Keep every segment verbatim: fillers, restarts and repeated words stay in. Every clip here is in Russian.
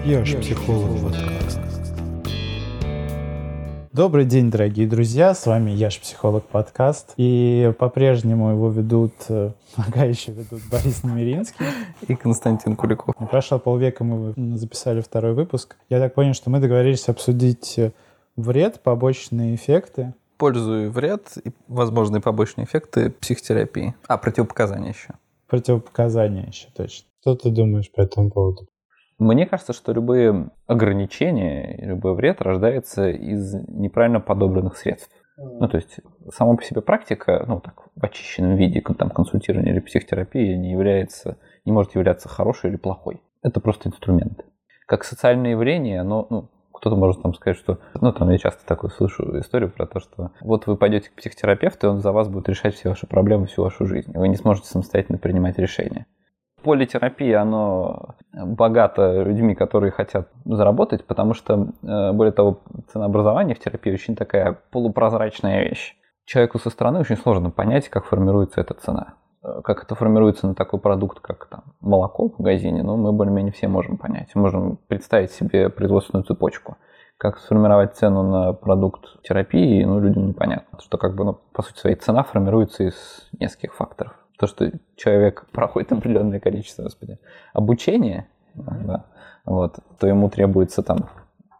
Я ж психолог подкаст. Добрый день, дорогие друзья, с вами Я ж психолог подкаст. И по-прежнему его ведут, пока еще ведут Борис Немиринский и Константин Куликов. Прошло полвека, мы записали второй выпуск. Я так понял, что мы договорились обсудить вред, побочные эффекты. Пользу и вред, и возможные побочные эффекты психотерапии. А, противопоказания еще. Противопоказания еще, точно. Что ты думаешь по этому поводу? Мне кажется, что любые ограничения, любой вред рождается из неправильно подобранных средств. Mm. Ну, то есть, сама по себе практика, ну, так, в очищенном виде, там, консультирование или психотерапия не является, не может являться хорошей или плохой. Это просто инструмент. Как социальное явление, оно, ну, кто-то может там сказать, что, ну, там, я часто такую слышу историю про то, что вот вы пойдете к психотерапевту, и он за вас будет решать все ваши проблемы, всю вашу жизнь. Вы не сможете самостоятельно принимать решения. Поле терапии, оно богато людьми, которые хотят заработать, потому что, более того, ценообразование в терапии очень такая полупрозрачная вещь. Человеку со стороны очень сложно понять, как формируется эта цена. Как это формируется на такой продукт, как там, молоко в магазине, ну, мы более-менее все можем понять. Можем представить себе производственную цепочку. Как сформировать цену на продукт терапии, ну, людям непонятно. Что, как бы, ну, по сути своей, цена формируется из нескольких факторов. То, что человек проходит определенное количество, господи, обучения, да, вот, то ему требуется там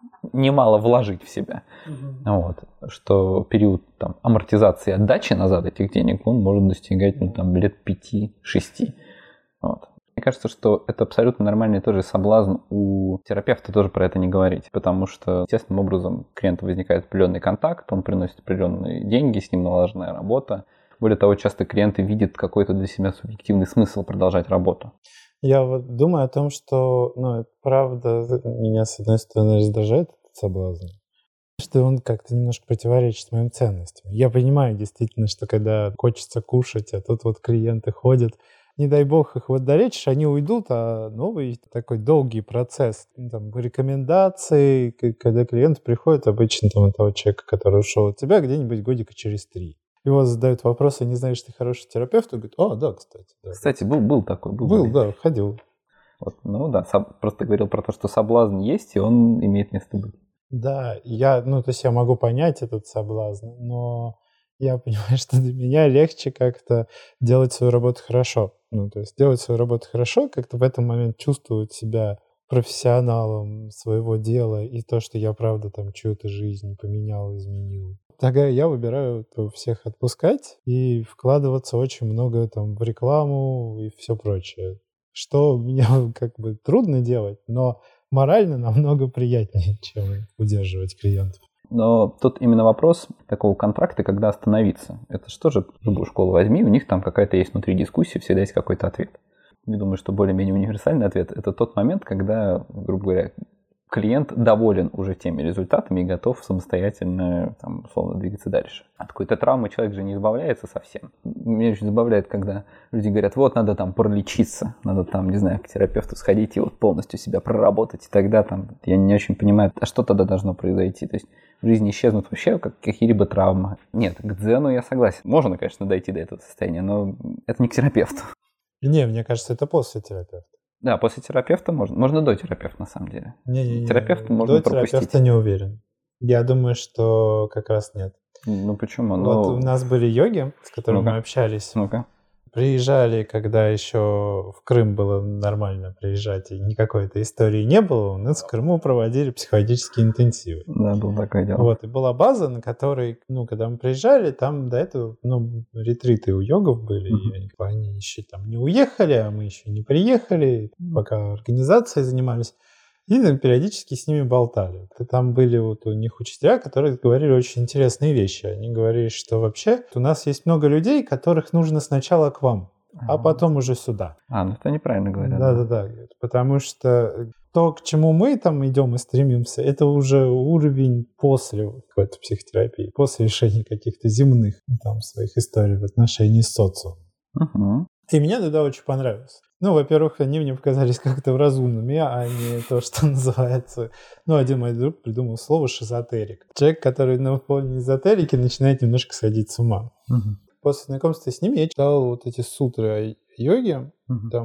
немало вложить в себя. Mm-hmm. Вот, что период там, амортизации и отдачи назад этих денег, он может достигать ну, там, лет пяти-шести. Вот. Мне кажется, что это абсолютно нормальный тоже соблазн у терапевта тоже про это не говорить, потому что естественным образом у клиента возникает определенный контакт, он приносит определенные деньги, с ним налаженная работа. Более того, часто клиенты видят какой-то для себя субъективный смысл продолжать работу. Я вот думаю о том, что, ну, это правда меня, с одной стороны, раздражает этот соблазн, что он как-то немножко противоречит моим ценностям. Я понимаю действительно, что когда хочется кушать, а тут вот клиенты ходят, не дай бог их вот долечишь, они уйдут, а новый такой долгий процесс, там, рекомендаций, когда клиент приходит, обычно там от того человека, который ушел от тебя, где-нибудь годика через три. Его задают вопросы, не знаешь, ты хороший терапевт? Он говорит, о, да, кстати. Да. Кстати, был, был такой. Был, был да, ходил. Вот, ну да, соб, просто говорил про то, что соблазн есть, и он имеет место быть. Да, я, ну, то есть я могу понять этот соблазн, но я понимаю, что для меня легче как-то делать свою работу хорошо. Ну, то есть делать свою работу хорошо, как-то в этот момент чувствовать себя профессионалом своего дела, и то, что я, правда, там чью-то жизнь поменял, изменил. Тогда я выбираю всех отпускать и вкладываться очень много там в рекламу и все прочее. Что мне как бы трудно делать, но морально намного приятнее, чем удерживать клиентов. Но тут именно вопрос такого контракта, когда остановиться. Это что же, любую школу возьми, у них там какая-то есть внутри дискуссия, всегда есть какой-то ответ. Я думаю, что более-менее универсальный ответ – это тот момент, когда, грубо говоря, клиент доволен уже теми результатами и готов самостоятельно, там, условно, двигаться дальше. От какой-то травмы человек же не избавляется совсем. Меня очень забавляет, когда люди говорят, вот, надо там пролечиться, надо там, не знаю, к терапевту сходить и вот полностью себя проработать, и тогда там, я не очень понимаю, а что тогда должно произойти? То есть в жизни исчезнут вообще как какие-либо травмы. Нет, к дзену я согласен. Можно, конечно, дойти до этого состояния, но это не к терапевту. Не, мне кажется, это после терапевта. Да, после терапевта можно. Можно до терапевта, на самом деле. Не-не-не. Терапевта можно до пропустить. До терапевта не уверен. Я думаю, что как раз нет. Ну почему? Вот ну... у нас были йоги, с которыми Ну-ка. мы общались. Ну-ка. Приезжали, когда еще в Крым было нормально приезжать, и никакой этой истории не было, у нас в Крыму проводили психологические интенсивы. Да, было такое дело. Вот, и была база, на которой, ну, когда мы приезжали, там до этого, ну, ретриты у йогов были, mm-hmm. и они еще там не уехали, а мы еще не приехали, пока организацией занимались. И там, периодически с ними болтали. И там были вот у них учителя, которые говорили очень интересные вещи. Они говорили, что вообще у нас есть много людей, которых нужно сначала к вам, а, а потом уже сюда. А, ну это неправильно говорят. Да-да-да. Потому что то, к чему мы там идем и стремимся, это уже уровень после какой-то психотерапии, после решения каких-то земных там своих историй в отношении с социумом. Угу. И мне тогда очень понравилось. Ну, во-первых, они мне показались как-то разумными, а не то, что называется... Ну, один мой друг придумал слово «шизотерик». Человек, который на фоне эзотерики начинает немножко сходить с ума. Угу. После знакомства с ними я читал вот эти сутры о йоге. Угу. Там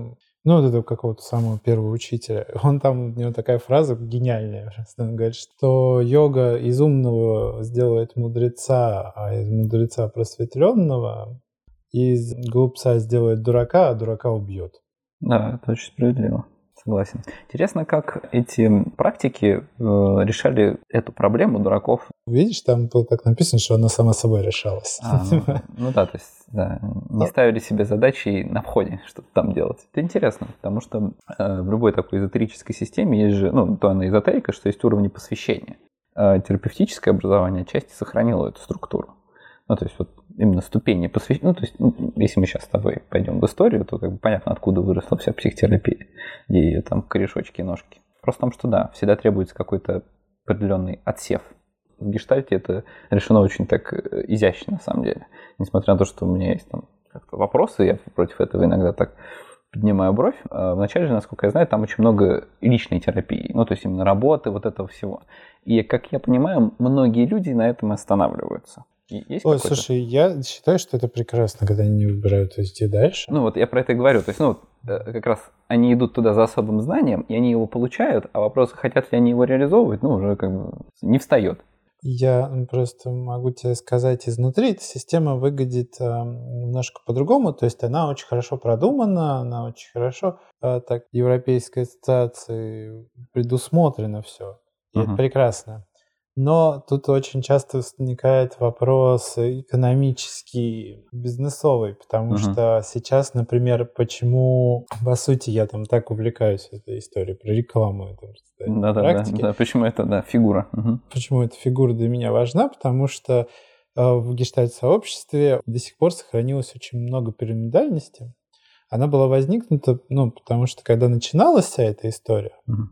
Ну, вот этого какого-то самого первого учителя. Он там, у него такая фраза гениальная. Просто он говорит, что йога из умного сделает мудреца, а из мудреца просветленного, из глупца сделает дурака, а дурака убьет. Да, это очень справедливо. Согласен. Интересно, как эти практики э, решали эту проблему дураков. Видишь, там было так написано, что она сама собой решалась. А, ну, ну да, то есть да, не ставили себе задачи на входе что-то там делать. Это интересно, потому что э, в любой такой эзотерической системе есть же, ну, то она эзотерика, что есть уровни посвящения. А терапевтическое образование отчасти сохранило эту структуру. Ну, то есть вот именно ступени посвящения. Ну, то есть, ну, если мы сейчас с тобой пойдем в историю, то как бы понятно, откуда выросла вся психотерапия, где ее там корешочки и ножки. Просто в том, что да, всегда требуется какой-то определенный отсев. В гештальте это решено очень так изящно, на самом деле. Несмотря на то, что у меня есть там как-то вопросы, я против этого иногда так поднимаю бровь. Вначале же, насколько я знаю, там очень много личной терапии, ну, то есть именно работы, вот этого всего. И, как я понимаю, многие люди на этом останавливаются. Есть Ой, слушай, я считаю, что это прекрасно, когда они не выбирают идти дальше. Ну вот я про это и говорю. То есть, ну, как раз они идут туда за особым знанием, и они его получают, а вопрос, хотят ли они его реализовывать, ну, уже как бы не встает. Я просто могу тебе сказать изнутри, эта система выглядит э, немножко по-другому, то есть она очень хорошо продумана, она очень хорошо, э, так, Европейской ассоциации предусмотрено все, и uh-huh. это прекрасно. Но тут очень часто возникает вопрос экономический, бизнесовый, потому uh-huh. что сейчас, например, почему, по сути, я там так увлекаюсь этой историей про рекламу. Да, да, да, да, почему это, да, фигура. Uh-huh. Почему эта фигура для меня важна? Потому что в гештальт-сообществе до сих пор сохранилось очень много пирамидальности. Она была возникнута, ну, потому что когда начиналась вся эта история, uh-huh.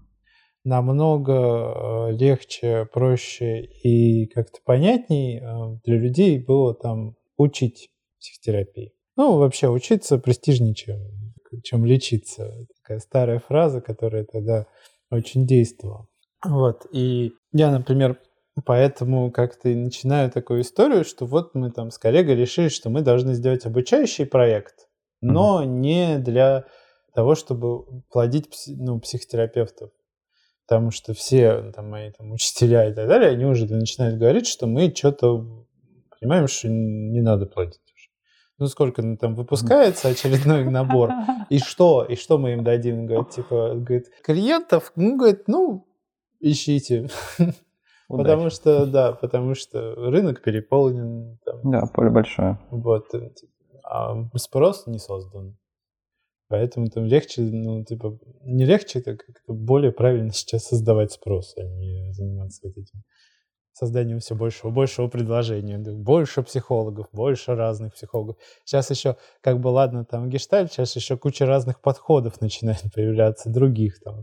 намного легче, проще и как-то понятней для людей было там учить психотерапии. Ну, вообще учиться престижнее, чем, чем лечиться. Такая старая фраза, которая тогда очень действовала. Вот, и я, например, поэтому как-то начинаю такую историю, что вот мы там с коллегой решили, что мы должны сделать обучающий проект, но mm-hmm. не для того, чтобы плодить ну, психотерапевтов. Потому что все там, мои там, учителя и так далее, они уже начинают говорить, что мы что-то понимаем, что не надо платить уже. Ну, сколько там выпускается очередной набор, и что? И что мы им дадим? Говорит, типа, говорит, клиентов, ну, говорит, ну, ищите. Потому что, да, потому что рынок переполнен. Там, да, поле большое. Вот, а спрос не создан. Поэтому там легче, ну, типа, не легче, так как-то более правильно сейчас создавать спрос, а не заниматься вот этим созданием все большего, большего предложения. Больше психологов, больше разных психологов. Сейчас еще, как бы, ладно, там гештальт, сейчас еще куча разных подходов начинает появляться, других там.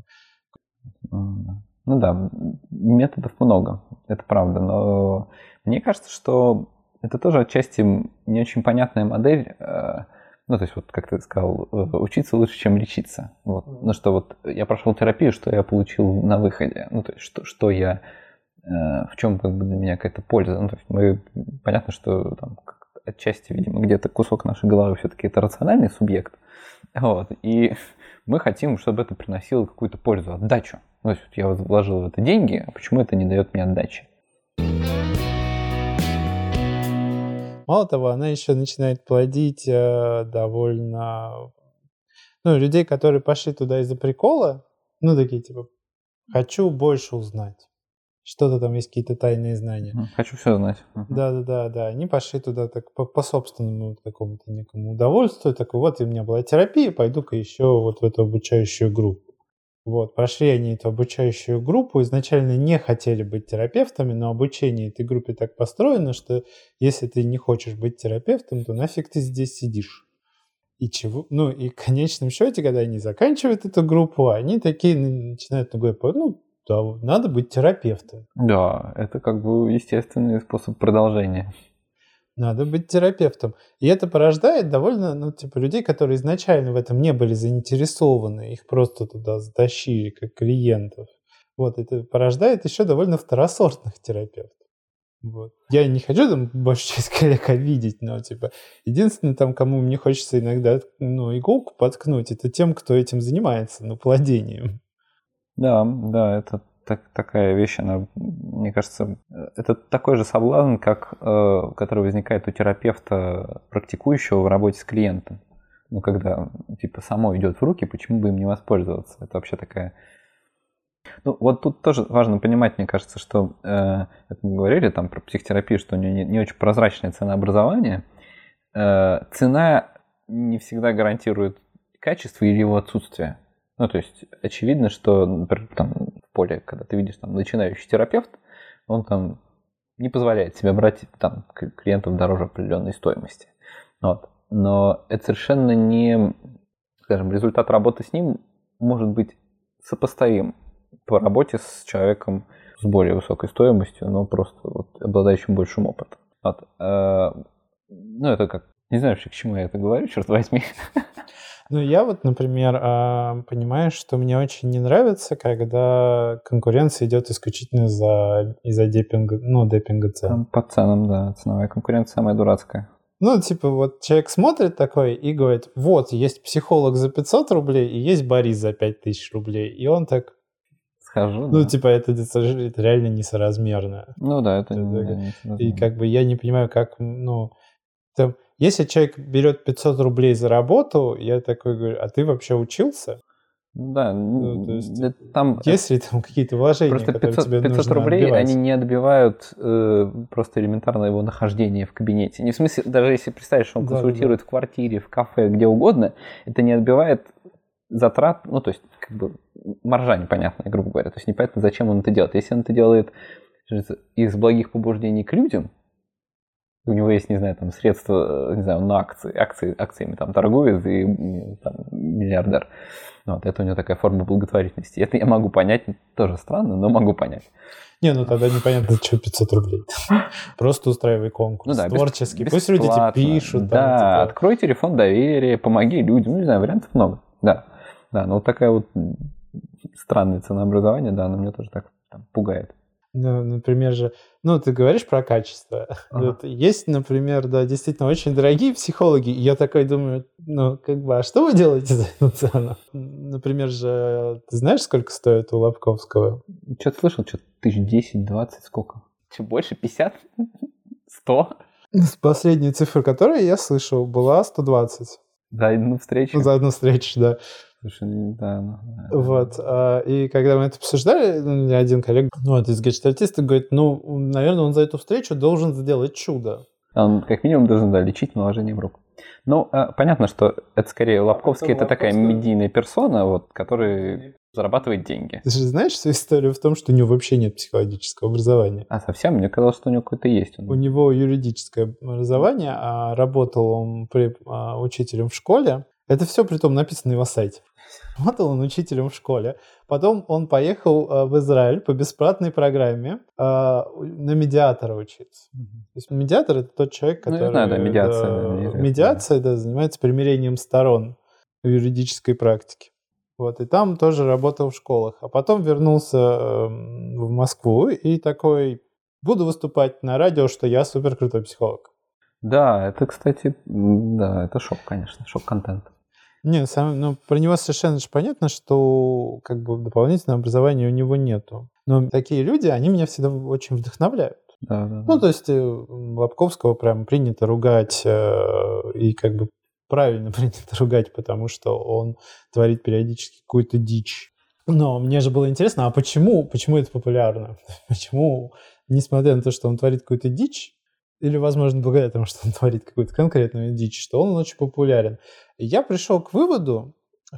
Ну да, методов много, это правда, но мне кажется, что это тоже отчасти не очень понятная модель. Ну, то есть, вот, как ты сказал, учиться лучше, чем лечиться. Вот. Ну, что вот я прошел терапию, что я получил на выходе. Ну, то есть, что, что я, э, в чем как бы для меня какая-то польза. Ну, то есть, мы, понятно, что там отчасти, видимо, где-то кусок нашей головы все-таки это рациональный субъект. Вот. И мы хотим, чтобы это приносило какую-то пользу, отдачу. Ну, то есть, я вот вложил в это деньги, а почему это не дает мне отдачи? Мало того, она еще начинает плодить э, довольно... Ну, людей, которые пошли туда из-за прикола, ну, такие, типа, хочу больше узнать. Что-то там есть, какие-то тайные знания. Хочу все знать. Да-да-да, да. Они пошли туда так по, по собственному какому-то некому удовольствию. Такой, вот, и у меня была терапия, пойду-ка еще вот в эту обучающую группу. Вот, прошли они эту обучающую группу, изначально не хотели быть терапевтами, но обучение этой группе так построено, что если ты не хочешь быть терапевтом, то нафиг ты здесь сидишь. И чего? Ну, и в конечном счете, когда они заканчивают эту группу, они такие начинают говорить, ну, да, надо быть терапевтом. Да, это как бы естественный способ продолжения. Надо быть терапевтом. И это порождает довольно, ну, типа, людей, которые изначально в этом не были заинтересованы, их просто туда затащили как клиентов. Вот, это порождает еще довольно второсортных терапевтов. Вот. Я не хочу там большую часть коллег обидеть, но, типа, единственное, там, кому мне хочется иногда, ну, иголку поткнуть, это тем, кто этим занимается, ну, плодением. Да, да, это так, такая вещь, она, мне кажется, это такой же соблазн, как, э, который возникает у терапевта, практикующего в работе с клиентом. Ну, когда, типа, само идет в руки, почему бы им не воспользоваться? Это вообще такая... Ну, вот тут тоже важно понимать, мне кажется, что, э, как мы говорили там про психотерапию, что у нее не, не очень прозрачное ценообразование. Э, цена не всегда гарантирует качество или его отсутствие. Ну, то есть, очевидно, что, например, там, в поле, когда ты видишь там начинающий терапевт, он там не позволяет себе брать там клиентов дороже определенной стоимости. Вот. Но это совершенно не, скажем, результат работы с ним может быть сопоставим по работе с человеком с более высокой стоимостью, но просто вот обладающим большим опытом. Вот. Ну, это как... Не знаю вообще, к чему я это говорю, черт возьми. Ну, я вот, например, понимаю, что мне очень не нравится, когда конкуренция идет исключительно за, из-за депинга, ну, депинга цен. Там по ценам, да, ценовая конкуренция самая дурацкая. Ну, типа, вот человек смотрит такой и говорит, вот, есть психолог за пятьсот рублей и есть Борис за пять тысяч рублей. И он так... Схожу, Ну, да. типа, это, это реально несоразмерно. Ну да, это... это не, так... не и как бы я не понимаю, как, ну... Там, если человек берет пятьсот рублей за работу, я такой говорю, а ты вообще учился? Да, ну, то есть, там... Есть ли там какие-то вложения, просто которые пятьсот, тебе пятьсот нужно рублей, отбивать? Они не отбивают э, просто элементарно его нахождение в кабинете. Не в смысле, даже если представить, что он да, консультирует да, да. в квартире, в кафе, где угодно, это не отбивает затрат, ну, то есть, как бы, маржа непонятная, грубо говоря. То есть, непонятно, зачем он это делает. Если он это делает из благих побуждений к людям, у него есть, не знаю, там, средства, не знаю, на акции, акции акциями там торгует и там, миллиардер. Вот, это у него такая форма благотворительности. Это я могу понять, тоже странно, но могу понять. Не, ну тогда непонятно, что пятьсот рублей. Просто устраивай конкурс. Ну, да, творческий. Бес, Пусть люди тебе пишут. Да, там, типа... открой телефон доверия, помоги людям. Ну, не знаю, вариантов много. Да, да, но вот такая вот странное ценообразование, да, оно меня тоже так там, пугает. Ну, например же, ну, ты говоришь про качество. Ага. Вот есть, например, да, действительно очень дорогие психологи, и я такой думаю, ну, как бы, а что вы делаете за эту цену? Например же, ты знаешь, сколько стоит у Лобковского? Что-то слышал, что-то тысяч десять, двадцать, сколько? Что, больше, пятьдесят? сто? Последняя цифра, которую я слышал, была сто двадцать. За одну встречу? За одну встречу, да. Слушай, да, ну, да. Вот, а, и когда мы это обсуждали, ну, один коллега, ну, вот из гештальтиста говорит, ну, наверное, он за эту встречу должен сделать чудо. Он как минимум должен, да, лечить наложением рук. Ну, понятно, что это скорее Лобковский, это такая медийная персона, вот, который зарабатывает деньги. Ты же знаешь всю историю в том, что у него вообще нет психологического образования. А совсем? Мне казалось, что у него какое-то есть. У него юридическое образование, а работал он при, а, учителем в школе. Это все притом написано на его сайте. Работал он учителем в школе. Потом он поехал а, в Израиль по бесплатной программе а, на медиатора учиться. Mm-hmm. То есть медиатор — это тот человек, который... Ну, я знаю, да, медиация. Да, да, медиация, да, занимается примирением сторон в юридической практике. Вот, и там тоже работал в школах. А потом вернулся э, в Москву и такой, буду выступать на радио, что я супер крутой психолог. Да, это, кстати, да, это шок, конечно, шок-контент. Не, сам, ну, про него совершенно же понятно, что как бы дополнительного образования у него нету. Но такие люди, они меня всегда очень вдохновляют. Да, да, да. Ну, то есть Лобковского прям принято ругать э, и как бы правильно принято ругать, потому что он творит периодически какую-то дичь. Но мне же было интересно, а почему, почему это популярно? Почему, несмотря на то, что он творит какую-то дичь, или, возможно, благодаря тому, что он творит какую-то конкретную дичь, что он очень популярен. И я пришел к выводу,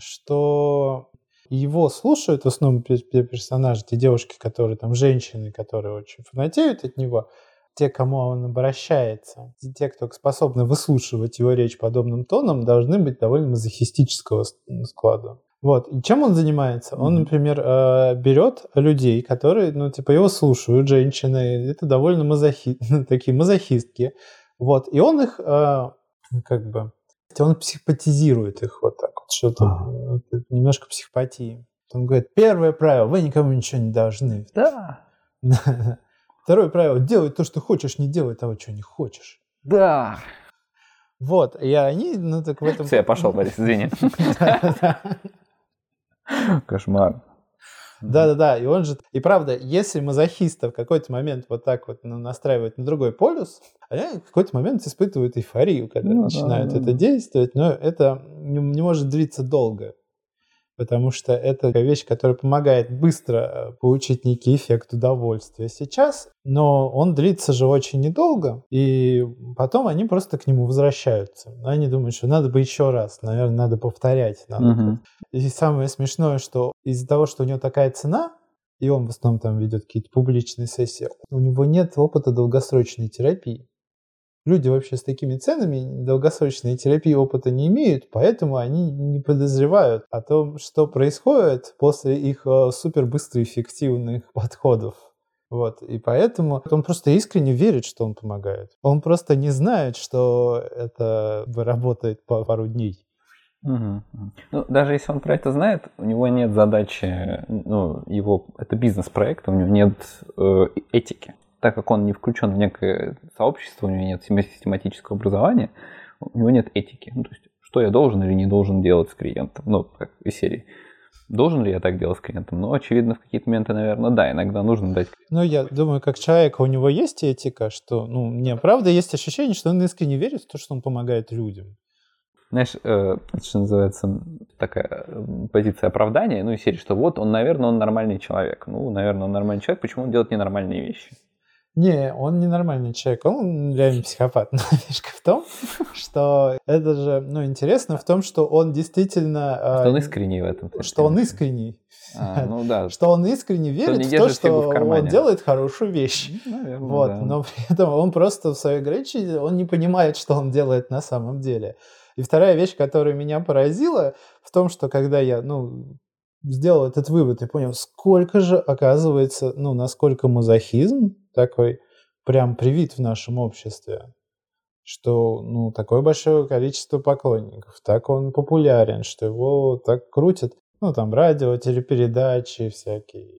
что его слушают в основном персонажи, те девушки, которые там, женщины, которые очень фанатеют от него, те, кому он обращается, те, кто способны выслушивать его речь подобным тоном, должны быть довольно мазохистического склада. Вот. И чем он занимается? Он, например, берет людей, которые, ну, типа, его слушают, женщины, это довольно мазохи... такие мазохистки. Вот. И он их, как бы, он психопатизирует их вот так вот, что-то, а. немножко психопатии. Он говорит, первое правило, вы никому ничего не должны. Да. Второе правило – делай то, что хочешь, не делай того, что не хочешь. Да. Вот, и они, ну так в этом... Все, я пошел, Борис, извини. Кошмар. Да-да-да, и он же... И правда, если мазохиста в какой-то момент вот так вот настраивать на другой полюс, они в какой-то момент испытывают эйфорию, когда Ну, начинают да, это да. действовать, но это не, не может длиться долго, потому что это такая вещь, которая помогает быстро получить некий эффект удовольствия сейчас, но он длится же очень недолго, и потом они просто к нему возвращаются. Они думают, что надо бы еще раз, наверное, надо повторять. Надо. Мгм. И самое смешное, что из-за того, что у него такая цена, и он в основном там ведет какие-то публичные сессии, у него нет опыта долгосрочной терапии. Люди вообще с такими ценами долгосрочной терапии опыта не имеют, поэтому они не подозревают о том, что происходит после их э, супербыстроэффективных подходов. Вот. И поэтому он просто искренне верит, что он помогает. Он просто не знает, что это работает по пару дней. Мгм. Ну, даже если он про это знает, у него нет задачи, ну, его, это бизнес-проект, у него нет э, этики. Так как он не включен в некое сообщество, у него нет систематического образования, у него нет этики. Ну, то есть, что я должен или не должен делать с клиентом. Ну, как из серии. Должен ли я так делать с клиентом? Ну, очевидно, в какие-то моменты, наверное, да. Иногда нужно дать... Ну, я думаю, как человек, у него есть этика, что, ну, мне правда есть ощущение, что он искренне верит в то, что он помогает людям. Знаешь, э, это что называется такая позиция оправдания, ну, из серии, что вот он, наверное, он нормальный человек. Ну, наверное, он нормальный человек, почему он делает ненормальные вещи? Не, он не нормальный человек, он реально психопат. Но фишка в том, что это же, ну, интересно в том, что он действительно... Что он искренний в этом. Что он искренний. А, ну да. Что он искренне верит в то, что он делает хорошую вещь. Наверное, вот. да. Но при этом он просто в своей гречи, он не понимает, что он делает на самом деле. И вторая вещь, которая меня поразила, в том, что когда я, ну, сделал этот вывод и понял, сколько же, оказывается, ну, насколько мазохизм такой прям привит в нашем обществе, что, ну, такое большое количество поклонников, так он популярен, что его так крутят, ну, там, радио, телепередачи всякие.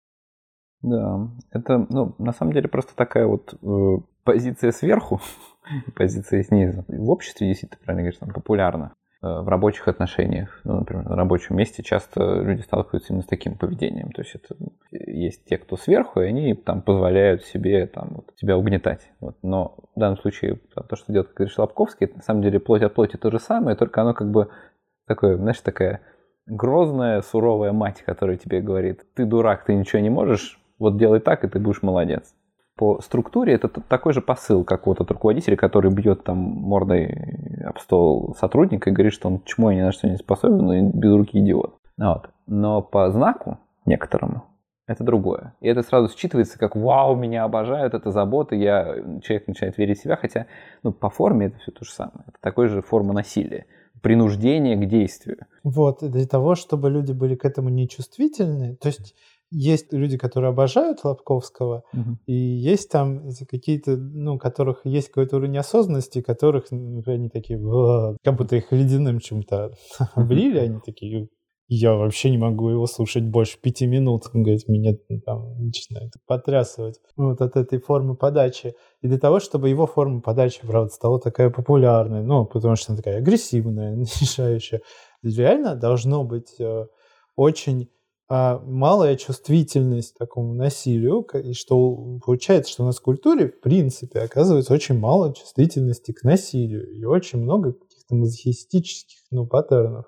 Да, это, ну, на самом деле просто такая вот э, позиция сверху, позиция снизу. В обществе, действительно, ты правильно говоришь, там популярно. В рабочих отношениях, ну, например, на рабочем месте часто люди сталкиваются именно с таким поведением. То есть это есть те, кто сверху, и они там позволяют себе там, вот, тебя угнетать. Вот. Но в данном случае там, то, что делает, как говоришь, Лобковский, это на самом деле плоть от плоти то же самое, только оно как бы такое, знаешь, такая грозная, суровая мать, которая тебе говорит: ты дурак, ты ничего не можешь, вот делай так, и ты будешь молодец. По структуре это такой же посыл, как вот от руководителя, который бьет там мордой об стол сотрудника и говорит, что он чмо и ни на что не способен, но без руки идиот. Вот. Но по знаку некоторому это другое. И это сразу считывается как: вау, меня обожают, это забота, я... человек начинает верить в себя, хотя, ну, по форме это все то же самое. Это такой же форма насилия, принуждение к действию. Вот, и для того, чтобы люди были к этому нечувствительны, то есть есть люди, которые обожают Лобковского, Угу. и есть там какие-то, ну, у которых есть какой-то уровень осознанности, которых, например, они такие, как будто их ледяным чем-то облили, они такие: я вообще не могу его слушать больше пяти минут. Он говорит, меня там начинает потрясывать вот от этой формы подачи. И для того, чтобы его форма подачи, правда, стала такая популярной, ну, потому что она такая агрессивная, решающая, реально должно быть э, очень э, малая чувствительность к такому насилию, и что получается, что у нас в культуре, в принципе, оказывается очень мало чувствительности к насилию и очень много каких-то мазохистических, ну, паттернов.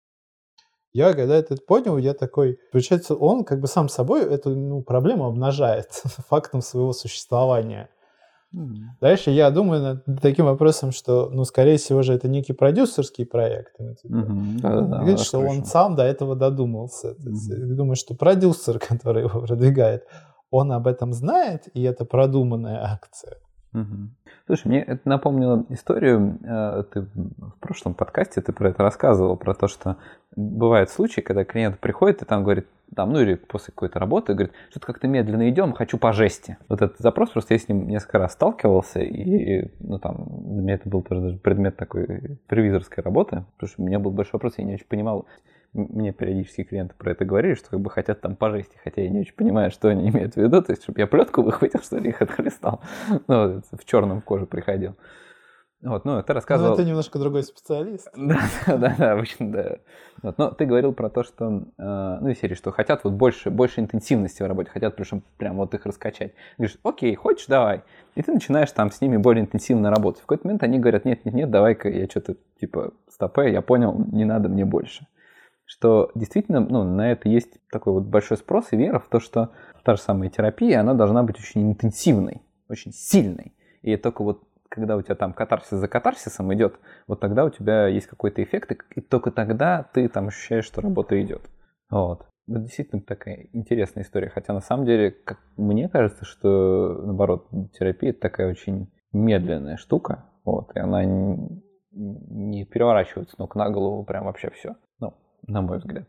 Я когда это понял, я такой, получается, он как бы сам собой эту, ну, проблему обнажает фактом своего существования. Mm-hmm. Дальше я думаю над таким вопросом, что, ну, скорее всего же это некий продюсерский проект. Mm-hmm. Да-да-да, говорит, что он сам до этого додумался. Mm-hmm. Я думаю, что продюсер, который его продвигает, он об этом знает, и это продуманная акция. Угу. Слушай, мне это напомнило историю, ты в прошлом подкасте ты про это рассказывал, про то, что бывают случаи, когда клиент приходит и там говорит, там, ну или после какой-то работы, говорит, что-то как-то медленно идем, хочу по жести. Вот этот запрос, просто я с ним несколько раз сталкивался, и, ну, там, для меня это был тоже даже предмет такой ревизорской работы, потому что у меня был большой вопрос, я не очень понимал, мне периодически клиенты про это говорили, что как бы хотят там по жести, хотя я не очень понимаю, что они имеют в виду, то есть, чтобы я плетку выхватил, что ли, их отхлестал. Ну, в черном коже приходил. Вот, ну, ты рассказывал... Ну, это немножко другой специалист. Да, да, да, обычно, да. Вот, но ты говорил про то, что, э, ну, из серии, что хотят вот больше, больше интенсивности в работе, хотят причем прям вот их раскачать. Говоришь, окей, хочешь, давай. И ты начинаешь там с ними более интенсивно работать. В какой-то момент они говорят, нет, нет, нет, давай-ка я что-то, типа, стопэ, я понял, не надо мне больше. Что действительно, ну, на это есть такой вот большой спрос и вера в то, что та же самая терапия, она должна быть очень интенсивной, очень сильной. И только вот когда у тебя там катарсис за катарсисом идет, вот тогда у тебя есть какой-то эффект, и только тогда ты там ощущаешь, что работа идет. Вот. Это действительно такая интересная история. Хотя на самом деле, как мне кажется, что наоборот, терапия это такая очень медленная штука. Вот, и она не, не переворачивает с ног на голову прям вообще все. Ну, на мой взгляд.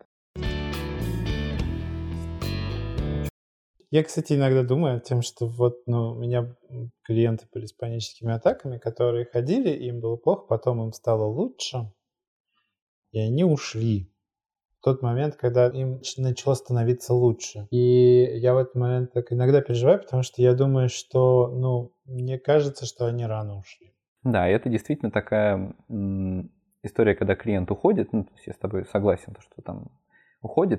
Я, кстати, иногда думаю тем, что вот, ну, у меня клиенты были с паническими атаками, которые ходили, им было плохо, потом им стало лучше, и они ушли. В тот момент, когда им начало становиться лучше. И я в этот момент так иногда переживаю, потому что я думаю, что, ну, мне кажется, что они рано ушли. Да, и это действительно такая м, история, когда клиент уходит, ну, то есть я с тобой согласен, то, что там уходит,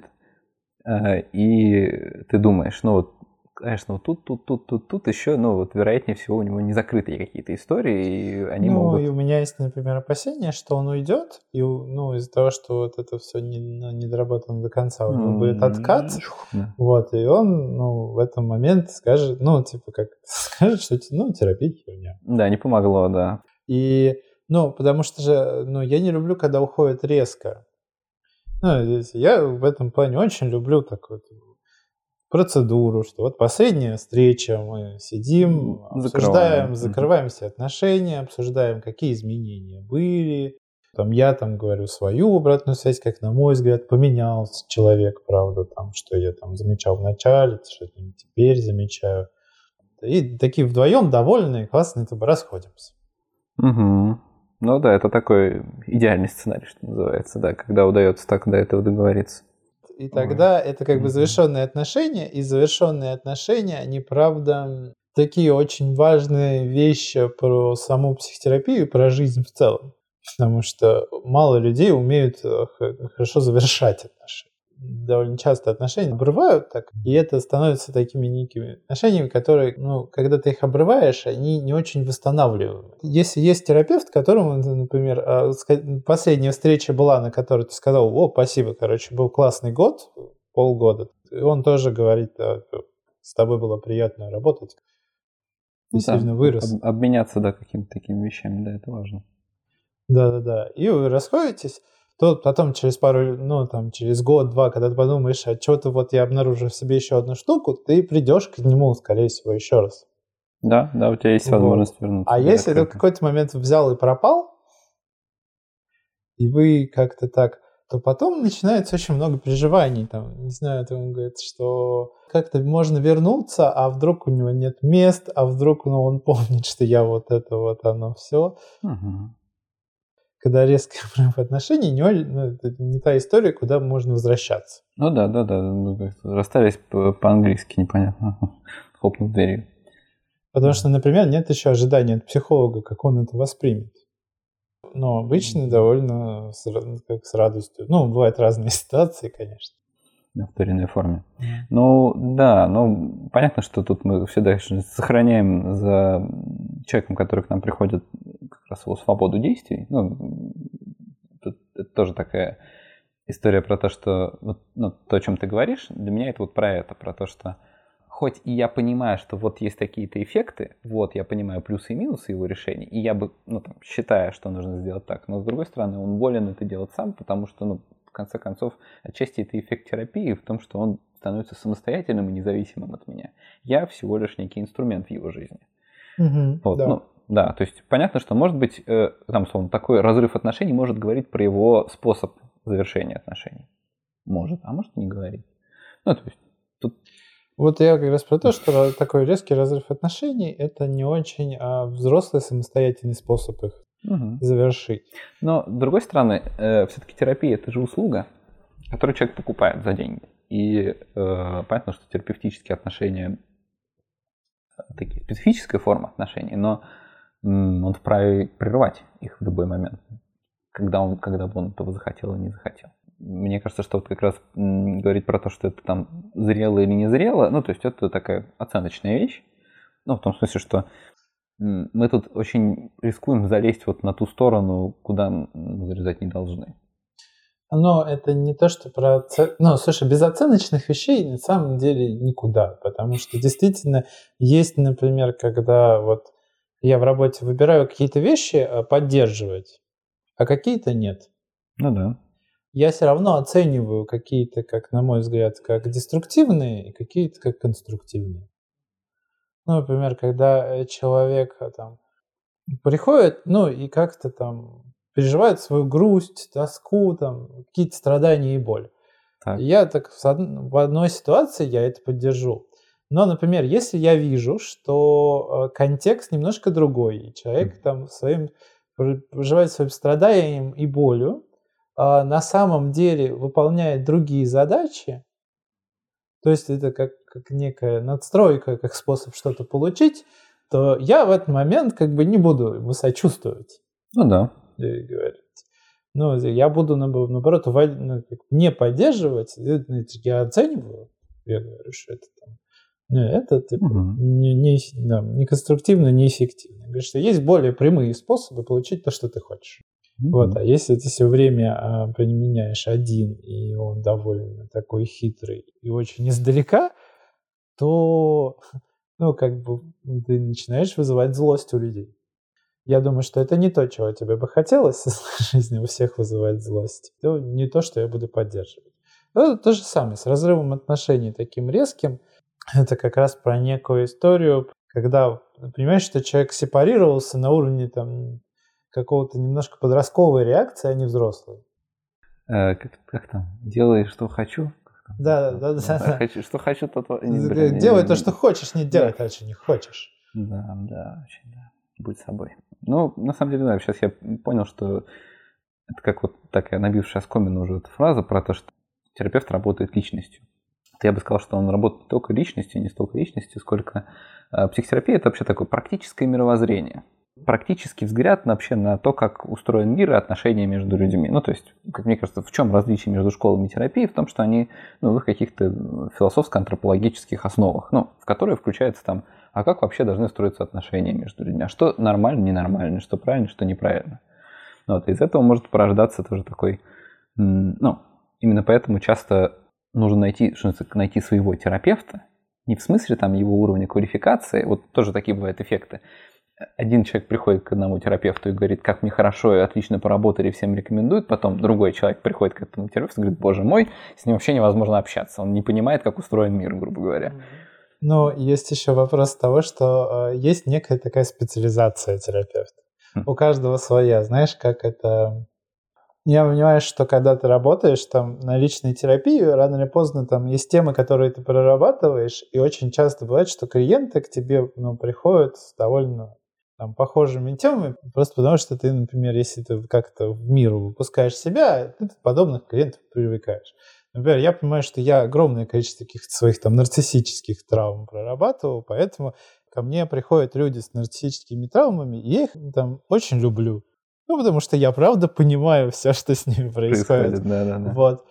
и ты думаешь, ну вот, конечно, вот тут, тут, тут, тут, тут еще, ну вот, вероятнее всего, у него не закрытые какие-то истории, и они ну, могут... и у меня есть, например, опасение, что он уйдет, и, ну, из-за того, что вот это все не, не доработано до конца, у него mm-hmm. будет откат, mm-hmm. вот, и он, ну, в этот момент скажет, ну, типа, как скажет, что, ну, терапия херня. Да, не помогло, да. И, ну, потому что же, ну, я не люблю, когда уходит резко. Ну, я в этом плане очень люблю такую процедуру, что вот последняя встреча, мы сидим, обсуждаем, закрываем, закрываем все отношения, обсуждаем, какие изменения были. Там я там говорю свою обратную связь, как, на мой взгляд, поменялся человек, правда, там, что я там замечал в начале, что я теперь замечаю. И такие вдвоем довольные, классные, тобой расходимся. Угу. Ну да, это такой идеальный сценарий, что называется, да, когда удается так до этого договориться. И тогда Ой. это как бы завершенные отношения, и завершенные отношения, они, правда, такие очень важные вещи про саму психотерапию и про жизнь в целом. Потому что мало людей умеют хорошо завершать отношения. Довольно часто отношения обрывают так, и это становится такими некими отношениями, которые, ну, когда ты их обрываешь, они не очень восстанавливают. Если есть терапевт, которому, например, последняя встреча была, на которой ты сказал, о, спасибо, короче, был классный год, полгода, и он тоже говорит, с тобой было приятно работать, ты ну, сильно да, вырос. Об, обменяться, да, какими-то такими вещами, да, это важно. Да-да-да, и вы расходитесь, то потом через пару, ну, там, через год-два, когда ты подумаешь, а что-то вот я обнаружил в себе еще одну штуку, ты придешь к нему, скорее всего, еще раз. Да, да, у тебя есть вот. возможность вернуться. А если ты в какой-то момент взял и пропал, и вы как-то так, то потом начинается очень много переживаний, там, не знаю, он говорит, что как-то можно вернуться, а вдруг у него нет мест, а вдруг, ну, он помнит, что я вот это вот оно все. Угу. Когда резкий обрыв отношений, не, ну, это не та история, куда можно возвращаться. Ну да, да, да. Расстались по-английски, непонятно. Хлопнув дверью. Потому что, например, нет еще ожидания от психолога, как он это воспримет. Но обычно mm-hmm. довольно с, как с радостью. Ну, бывают разные ситуации, конечно. В той или иной форме. Mm-hmm. Ну, да, ну, понятно, что тут мы всегда сохраняем за человеком, который к нам приходит, как раз его свободу действий. Ну, тут это тоже такая история про то, что, ну, то, о чем ты говоришь, для меня это вот про это, про то, что хоть и я понимаю, что вот есть какие-то эффекты, вот я понимаю плюсы и минусы его решений, и я бы, ну, там, считаю, что нужно сделать так, но с другой стороны, он волен это делать сам, потому что, ну, в конце концов, отчасти это эффект терапии в том, что он становится самостоятельным и независимым от меня. Я всего лишь некий инструмент в его жизни. Mm-hmm, вот, да. Ну, да, то есть понятно, что может быть, э, там, словно, такой разрыв отношений может говорить про его способ завершения отношений. Может, а может не говорить. Ну, то есть тут... Вот я как раз про то, что такой резкий разрыв отношений – это не очень а взрослый самостоятельный способ их угу. завершить. Но, с другой стороны, э, все-таки терапия – это же услуга. который человек покупает за деньги. И э, понятно, что терапевтические отношения такие специфическая форма отношений, но м, он вправе прервать их в любой момент, когда, он, когда бы он этого захотел или не захотел. Мне кажется, что вот как раз м, говорить про то, что это там зрело или не зрело, ну, то есть это такая оценочная вещь, ну, в том смысле, что м, мы тут очень рискуем залезть вот на ту сторону, куда мы залезать не должны. Но это не то, что про... оце- Ну, слушай, без оценочных вещей на самом деле никуда, потому что действительно есть, например, когда вот я в работе выбираю какие-то вещи а, поддерживать, а какие-то нет. Ну да. Я все равно оцениваю какие-то, как на мой взгляд, как деструктивные, и какие-то как конструктивные. Ну, например, когда э, человек а, там приходит, ну, и как-то там переживает свою грусть, тоску, там, какие-то страдания и боль. Так. Я так в од- в одной ситуации я это поддержу. Но, например, если я вижу, что э, контекст немножко другой, и человек там своим пр- проживает своим страданием и болью, а на самом деле выполняет другие задачи, то есть это как, как некая надстройка, как способ что-то получить, то я в этот момент как бы не буду ему сочувствовать Ну да. и говорить. Ну, я буду, наоб- наоборот, увод- ну, как не поддерживать, э, ну, это я оцениваю, я говорю, что это там, ну, это типа Мгм. не, не, да, не конструктивно, неэффективно. Я говорю, что есть более прямые способы получить то, что ты хочешь. Вот, Мгм. а если ты все время а, применяешь один, и он довольно такой хитрый и очень издалека, то, ну, как бы ты начинаешь вызывать злость у людей. Я думаю, что это не то, чего тебе бы хотелось в жизни, у всех вызывать злость. Это не то, что я буду поддерживать. Ну, то же самое с разрывом отношений таким резким. Это как раз про некую историю, когда понимаешь, что человек сепарировался на уровне там какого-то немножко подростковой реакции, а не взрослой. Э, как, как там? Делай, что хочу. Как там? Да, да, да, Да, да. хочу, что хочу, то... то- не, блин, не- Делай не- то, что хочешь, не делай Да. то, что не хочешь. Да, да, очень, да. Будь собой. Ну, на самом деле, да, сейчас я понял, что это как вот такая набившая оскомину уже эта фраза про то, что терапевт работает личностью. Вот я бы сказал, что он работает не только личностью, не столько личностью, сколько э, психотерапия – это вообще такое практическое мировоззрение. Практический взгляд на, вообще на то, как устроен мир и отношения между людьми. Ну, то есть, как мне кажется, в чем различие между школами терапии? В том, что они ну, в их каких-то философско-антропологических основах, ну, в которые включается там, а как вообще должны строиться отношения между людьми? А что нормально, ненормально, что правильно, что неправильно? Вот, из этого может порождаться тоже такой, м, ну, именно поэтому часто нужно найти, что называется, найти своего терапевта, не в смысле там его уровня квалификации, вот тоже такие бывают эффекты. Один человек приходит к одному терапевту и говорит, как мне хорошо и отлично поработали, всем рекомендуют. Потом другой человек приходит к этому терапевту и говорит, боже мой, с ним вообще невозможно общаться. Он не понимает, как устроен мир, грубо говоря. Но есть еще вопрос того, что э, есть некая такая специализация терапевта. Хм. У каждого своя. Знаешь, как это... Я понимаю, что когда ты работаешь там на личной терапии, рано или поздно там есть темы, которые ты прорабатываешь, и очень часто бывает, что клиенты к тебе ну, приходят с довольно там, похожими темами, просто потому что ты, например, если ты как-то в мир выпускаешь себя, ты подобных клиентов привлекаешь. Например, я понимаю, что я огромное количество каких-то своих там нарциссических травм прорабатывал, поэтому ко мне приходят люди с нарциссическими травмами, и я их там очень люблю. Ну, потому что я правда понимаю все, что с ними происходит. Происходит, да-да-да. Вот.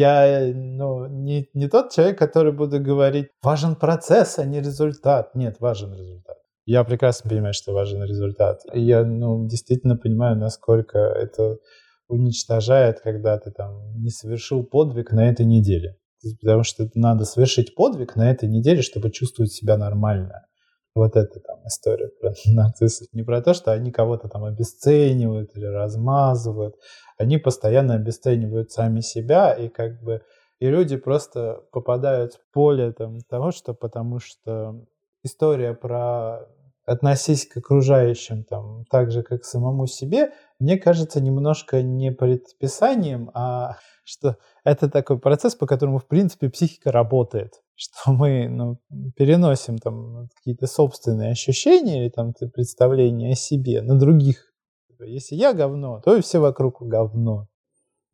Я ну, не, не тот человек, который буду говорить, важен процесс, а не результат. Нет, важен результат. Я прекрасно понимаю, что важен результат. И я ну, действительно понимаю, насколько это уничтожает, когда ты там не совершил подвиг на этой неделе. Потому что надо совершить подвиг на этой неделе, чтобы чувствовать себя нормально. Вот это там история про нарциссов. Не про то, что они кого-то там обесценивают или размазывают. Они постоянно обесценивают сами себя, и как бы и люди просто попадают в поле там, того, что потому что история про относись к окружающим там так же, как к самому себе, мне кажется, немножко не предписанием, а что это такой процесс, по которому, в принципе, психика работает. Что мы ну, переносим там какие-то собственные ощущения или там представления о себе на других. Если я говно, то и все вокруг говно.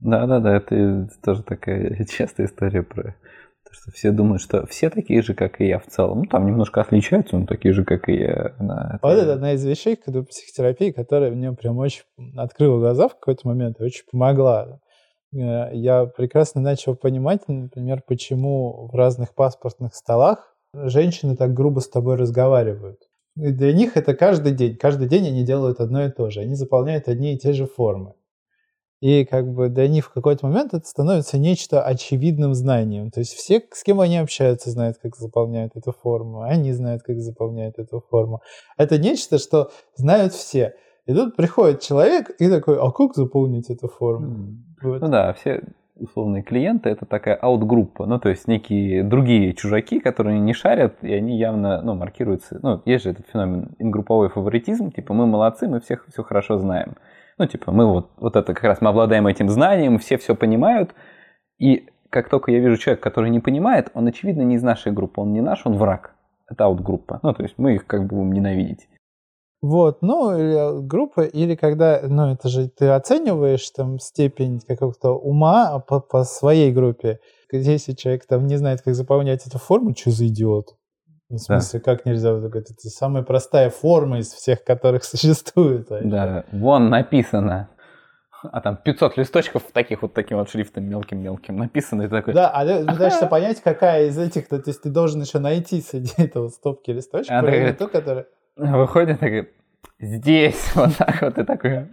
Да-да-да, это тоже такая частая история про то, что все думают, что все такие же, как и я в целом. Ну, там немножко отличаются, но такие же, как и я. Да, Вот это... это одна из вещей, когда психотерапия, которая мне прям очень открыла глаза в какой-то момент и очень помогла. Я прекрасно начал понимать, например, почему в разных паспортных столах женщины так грубо с тобой разговаривают. И для них это каждый день. Каждый день они делают одно и то же. Они заполняют одни и те же формы. И как бы для них в какой-то момент это становится нечто очевидным знанием. То есть все, с кем они общаются, знают, как заполняют эту форму. Они знают, как заполняют эту форму. Это нечто, что знают все. И тут приходит человек и такой, а как заполнить эту форму? Mm. Вот. Ну да, все условные клиенты — это такая аут-группа, ну то есть некие другие чужаки, которые не шарят, и они явно, ну, маркируются. Ну, есть же этот феномен ингрупповой фаворитизм, типа мы молодцы, мы всех все хорошо знаем. Ну, типа, мы вот, вот это как раз мы обладаем этим знанием, все все понимают, и как только я вижу человека, который не понимает, он, очевидно, не из нашей группы, он не наш, он враг. Это аут-группа. Ну, то есть мы их как бы будем ненавидеть. Вот, ну, или группа, или когда, ну, это же ты оцениваешь там степень какого-то ума по, по своей группе. Если человек там не знает, как заполнять эту форму, что за идиот? В смысле, да. Как нельзя? Это самая простая форма из всех, которых существует. Да, вон написано. А там пятьсот листочков таких вот таким вот шрифтом мелким-мелким написано. И такой... Да, а дальше понять, какая из этих, то есть ты должен еще найти среди этого стопки листочков, а или ту, которая... Выходит, такой, здесь, вот так вот, и такой...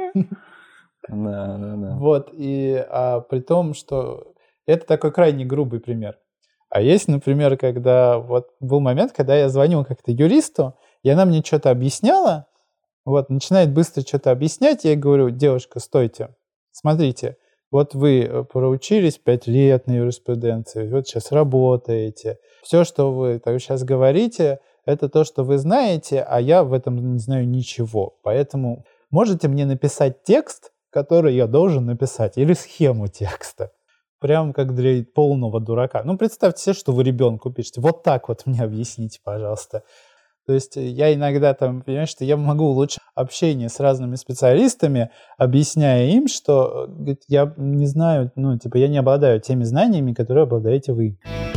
Да, да, да. Вот, и а, при том, что это такой крайне грубый пример. А есть, например, когда вот был момент, когда я звонил как-то юристу, и она мне что-то объясняла, вот, начинает быстро что-то объяснять, я говорю, девушка, стойте, смотрите, вот вы проучились пять лет на юриспруденции, вот сейчас работаете, все, что вы так, сейчас говорите, это то, что вы знаете, а я в этом не знаю ничего, поэтому можете мне написать текст, который я должен написать, или схему текста. Прям как для полного дурака. Ну, представьте себе, что вы ребенку пишете. Вот так вот мне объясните, пожалуйста. То есть я иногда там, понимаешь, что я могу улучшить общение с разными специалистами, объясняя им, что говорит, я не знаю, ну, типа, я не обладаю теми знаниями, которые обладаете вы.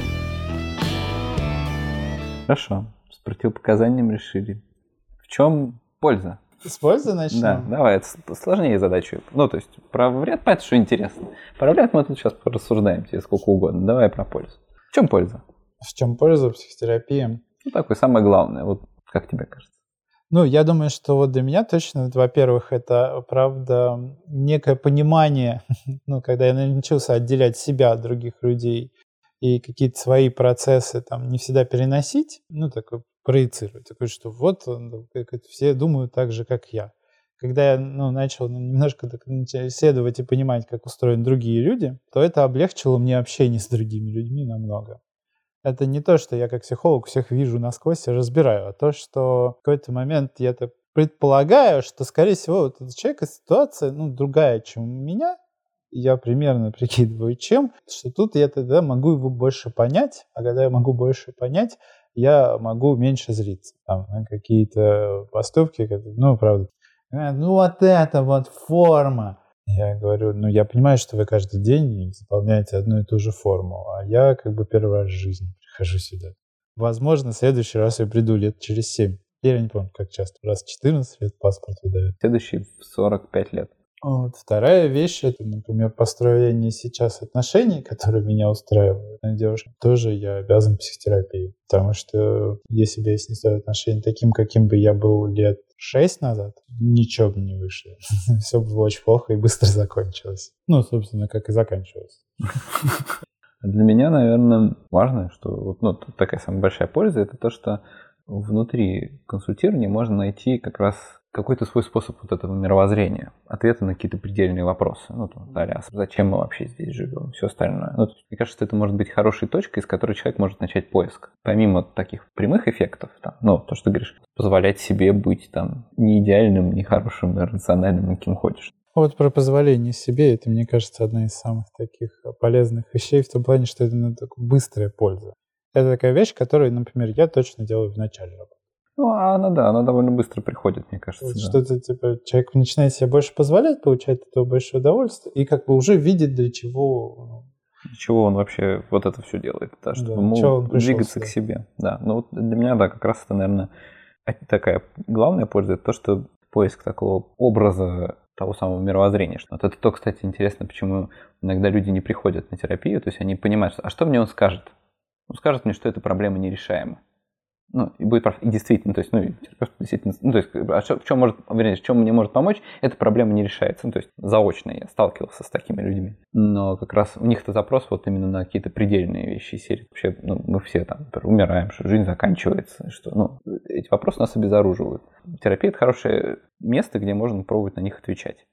Хорошо. С противопоказанием решили. В чем польза? С пользой начнем? Да, давай, это сложнее задачу. Ну, то есть, про вред, понятно, что интересно. Про вред мы тут сейчас порассуждаем тебе сколько угодно. Давай про пользу. В чем польза? В чем польза психотерапии? Ну, такое самое главное, вот как тебе кажется? Ну, я думаю, что вот для меня точно, во-первых, это, правда, некое понимание, ну, когда я научился отделять себя от других людей и какие-то свои процессы там не всегда переносить, ну, такой проецировать, такой, что вот как все думают так же, как я. Когда я ну, начал немножко так, исследовать и понимать, как устроены другие люди, то это облегчило мне общение с другими людьми намного. Это не то, что я как психолог всех вижу насквозь и разбираю, а то, что в какой-то момент я так предполагаю, что, скорее всего, вот этот человек и ситуация ну, другая, чем у меня, я примерно прикидываю, чем, что тут я тогда могу его больше понять, а когда я могу больше понять, я могу меньше злиться там, на какие-то поступки, ну, правда. Ну, вот это вот форма. Я говорю, ну, я понимаю, что вы каждый день заполняете одну и ту же форму, а я как бы первый раз в жизни прихожу сюда. Возможно, в следующий раз я приду лет через семь. Я не помню, как часто. Раз в четырнадцать лет паспорт выдают. Следующий в сорок пять лет. Вот. Вторая вещь, это, например, построение сейчас отношений, которые меня устраивают на девушке. Тоже я обязан психотерапии. Потому что если бы я с ней строил отношения таким, каким бы я был лет шесть назад, ничего бы не вышло. Все было очень плохо и быстро закончилось. Ну, собственно, как и заканчивалось. Для меня, наверное, важно, что ну, такая самая большая польза, это то, что внутри консультирования можно найти как раз какой-то свой способ вот этого мировоззрения, ответы на какие-то предельные вопросы. Ну, там, да, зачем мы вообще здесь живем, все остальное. Ну, мне кажется, это может быть хорошей точкой, из которой человек может начать поиск. Помимо таких прямых эффектов, там, ну, то, что ты говоришь, позволять себе быть там не идеальным, не хорошим, не рациональным, каким хочешь. Вот про позволение себе, это, мне кажется, одна из самых таких полезных вещей в том плане, что это ну, такая быстрая польза. Это такая вещь, которую, например, я точно делаю в начале работы. Ну, а она, да, она довольно быстро приходит, мне кажется. Вот да. Что-то типа человек начинает себе больше позволять, получает от этого больше удовольствия и как бы уже видит, для чего... Для чего он вообще вот это все делает, да, чтобы Да, ему чего он пришел двигаться сюда. к себе. Да, ну вот для меня, да, как раз это, наверное, такая главная польза, это то, что поиск такого образа того самого мировоззрения. Вот это то, кстати, интересно, почему иногда люди не приходят на терапию, то есть они понимают, что, а что мне он скажет? Он скажет мне, что эта проблема нерешаема. Ну, и будет прав. И действительно, то есть, ну, терапевт действительно, ну, то есть, а что, в чем может, вернее, в чем мне может помочь, эта проблема не решается. Ну, то есть, заочно я сталкивался с такими людьми. Но как раз у них-то запрос вот именно на какие-то предельные вещи из серии. Вообще, ну, мы все там, например, умираем, что жизнь заканчивается, что, ну, эти вопросы нас обезоруживают. Терапия – это хорошее место, где можно пробовать на них отвечать.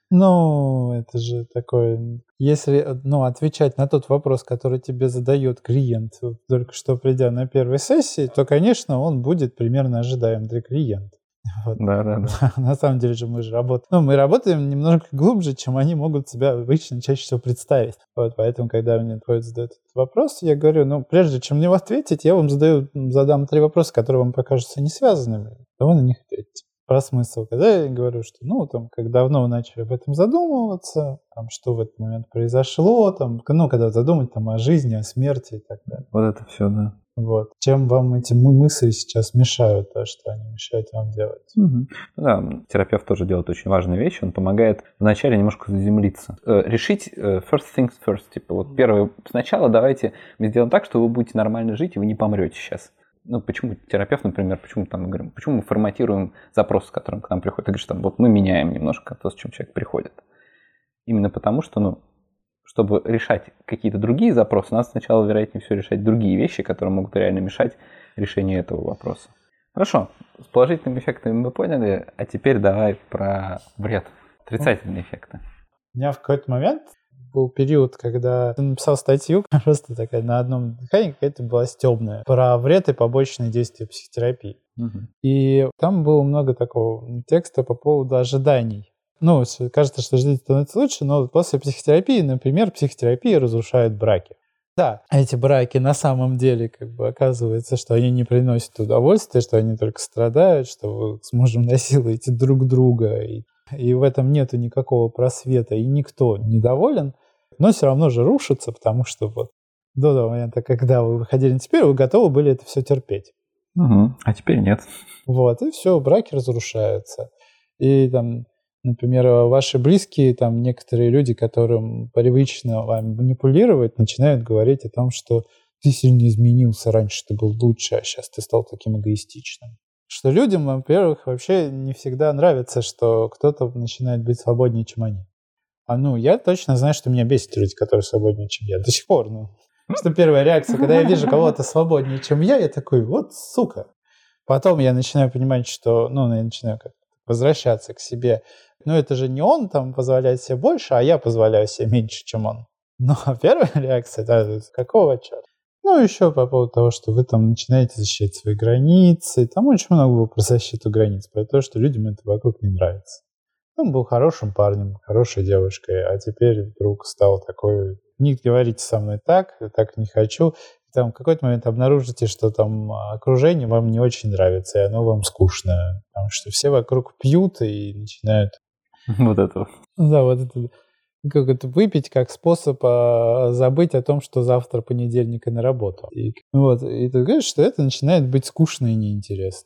Ну, это же такое... Если, ну, отвечать на тот вопрос, который тебе задает клиент, вот только что придя на первой сессии, то, конечно, он будет примерно ожидаем для клиента. Вот. Да, да, да. На самом деле же мы же работаем... Ну, мы работаем немного глубже, чем они могут себя обычно чаще всего представить. Вот, поэтому, когда мне приходит задать этот вопрос, я говорю, ну, прежде чем на него ответить, я вам задаю, задам три вопроса, которые вам покажутся несвязанными, то вы на них ответите. Про смысл. Когда я говорю, что, ну, там, как давно вы начали об этом задумываться, там, что в этот момент произошло, там, ну, когда задумать там о жизни, о смерти и так далее. Вот это все, да. Вот. Чем вам эти мысли сейчас мешают, то, что они мешают вам делать? Угу. Да, терапевт тоже делает очень важную вещь. Он помогает вначале немножко заземлиться. Э, решить э, first things first. Типа вот первое, сначала давайте мы сделаем так, что вы будете нормально жить, и вы не помрете сейчас. Ну, почему терапевт, например, почему там мы говорим, почему мы форматируем запрос, с которым к нам приходит? Ты говоришь, там, вот мы меняем немножко то, с чем человек приходит. Именно потому, что, ну, чтобы решать какие-то другие запросы, надо сначала, вероятнее всего, решать другие вещи, которые могут реально мешать решению этого вопроса. Хорошо, с положительными эффектами мы поняли, а теперь давай про вред, отрицательные эффекты. У меня в какой-то момент был период, когда ты написал статью, просто такая на одном дыхании, какая-то была стёбная, про вред и побочные действия психотерапии. Угу. И там было много такого текста по поводу ожиданий. Ну, кажется, что жить становится лучше, но после психотерапии, например, психотерапия разрушает браки. Да, эти браки на самом деле, как бы, оказывается, что они не приносят удовольствия, что они только страдают, что вы с мужем насилуете друг друга, и, и в этом нету никакого просвета, и никто недоволен, но все равно же рушится, потому что вот до того момента, когда вы выходили на теперь, вы готовы были это все терпеть. Угу. А теперь нет. Вот, и все, браки разрушаются. И там... Например, ваши близкие, там некоторые люди, которым привычно вам манипулировать, начинают говорить о том, что ты сильно изменился, раньше ты был лучше, а сейчас ты стал таким эгоистичным. Что людям, во-первых, вообще не всегда нравится, что кто-то начинает быть свободнее, чем они. А ну, я точно знаю, что меня бесит люди, которые свободнее, чем я. До сих пор, ну. Что первая реакция, когда я вижу кого-то свободнее, чем я, я такой, вот сука. Потом я начинаю понимать, что, ну, я начинаю как-то возвращаться к себе. Ну, это же не он там позволяет себе больше, а я позволяю себе меньше, чем он. Но первая реакция, да, какого черта? Ну, еще по поводу того, что вы там начинаете защищать свои границы. Там очень много было про защиту границ, про то, что людям это вокруг не нравится. Он был хорошим парнем, хорошей девушкой, а теперь вдруг стал такой... Не говорите со мной так, я так не хочу. Там в какой-то момент обнаружите, что там окружение вам не очень нравится, и оно вам скучно. Потому что все вокруг пьют и начинают... Вот это. Да, вот это. Как это выпить как способ а, забыть о том, что завтра понедельник и на работу. И, вот, и ты говоришь, что это начинает быть скучно и неинтересно.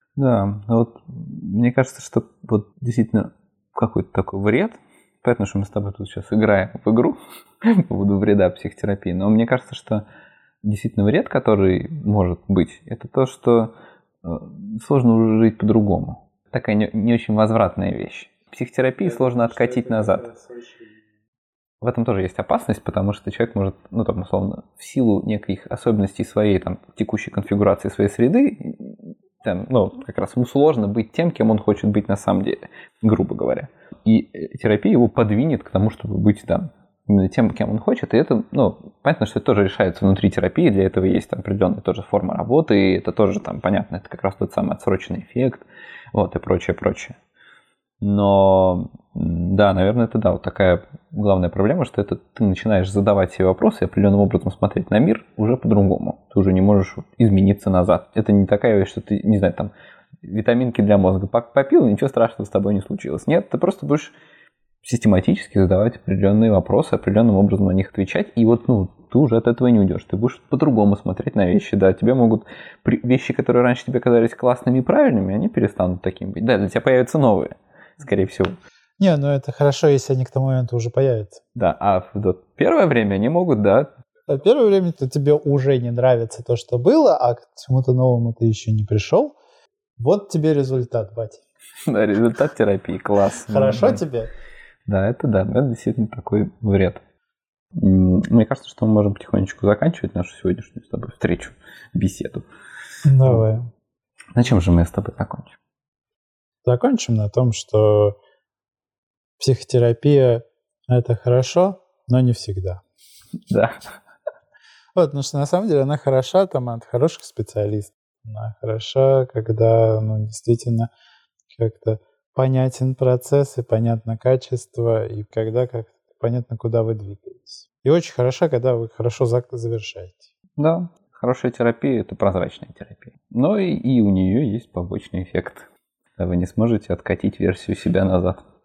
Да, вот мне кажется, что вот действительно какой-то такой вред. Понятно, что мы с тобой тут сейчас играем в игру по поводу вреда психотерапии, но мне кажется, что действительно вред, который может быть, это то, что сложно уже жить по-другому. Такая не, не очень возвратная вещь. Психотерапии сложно откатить назад. В этом тоже есть опасность, потому что человек может, ну, там, условно, в силу неких особенностей своей, там, текущей конфигурации своей среды, там, ну, как раз ему сложно быть тем, кем он хочет быть на самом деле, грубо говоря. И терапия его подвинет к тому, чтобы быть там именно тем, кем он хочет, и это, ну, понятно, что это тоже решается внутри терапии, для этого есть там определенная тоже форма работы, и это тоже там, понятно, это как раз тот самый отсроченный эффект, вот, и прочее, прочее. Но Да, наверное, это да, вот такая главная проблема, что это ты начинаешь задавать себе вопросы и определенным образом смотреть на мир уже по-другому. Ты уже не можешь измениться назад. Это не такая вещь, что ты, не знаю, там, витаминки для мозга попил, и ничего страшного с тобой не случилось. Нет, ты просто будешь систематически задавать определенные вопросы, определенным образом на них отвечать, и вот, ну, ты уже от этого не уйдешь. Ты будешь по-другому смотреть на вещи, да. Тебе могут вещи, которые раньше тебе казались классными и правильными, они перестанут такими быть. Да, для тебя появятся новые, скорее всего. Не, ну это хорошо, если они к тому моменту уже появятся. Да, а в первое время они могут, да. А первое время то тебе уже не нравится то, что было, а к чему-то новому ты еще не пришел. Вот тебе результат, батя. Да, результат терапии, класс. Хорошо тебе? Да, это да, это действительно такой вред. Мне кажется, что мы можем потихонечку заканчивать нашу сегодняшнюю с тобой встречу, беседу. Давай. На чем же мы с тобой закончим? Закончим на том, что психотерапия – это хорошо, но не всегда. Да. Вот, потому что на самом деле она хороша там от хороших специалистов. Она хороша, когда, ну, действительно как-то понятен процесс и понятно качество, и когда как понятно, куда вы двигаетесь. И очень хороша, когда вы хорошо завершаете. Да, хорошая терапия – это прозрачная терапия. Но и, и у нее есть побочный эффект. Вы не сможете откатить версию себя назад.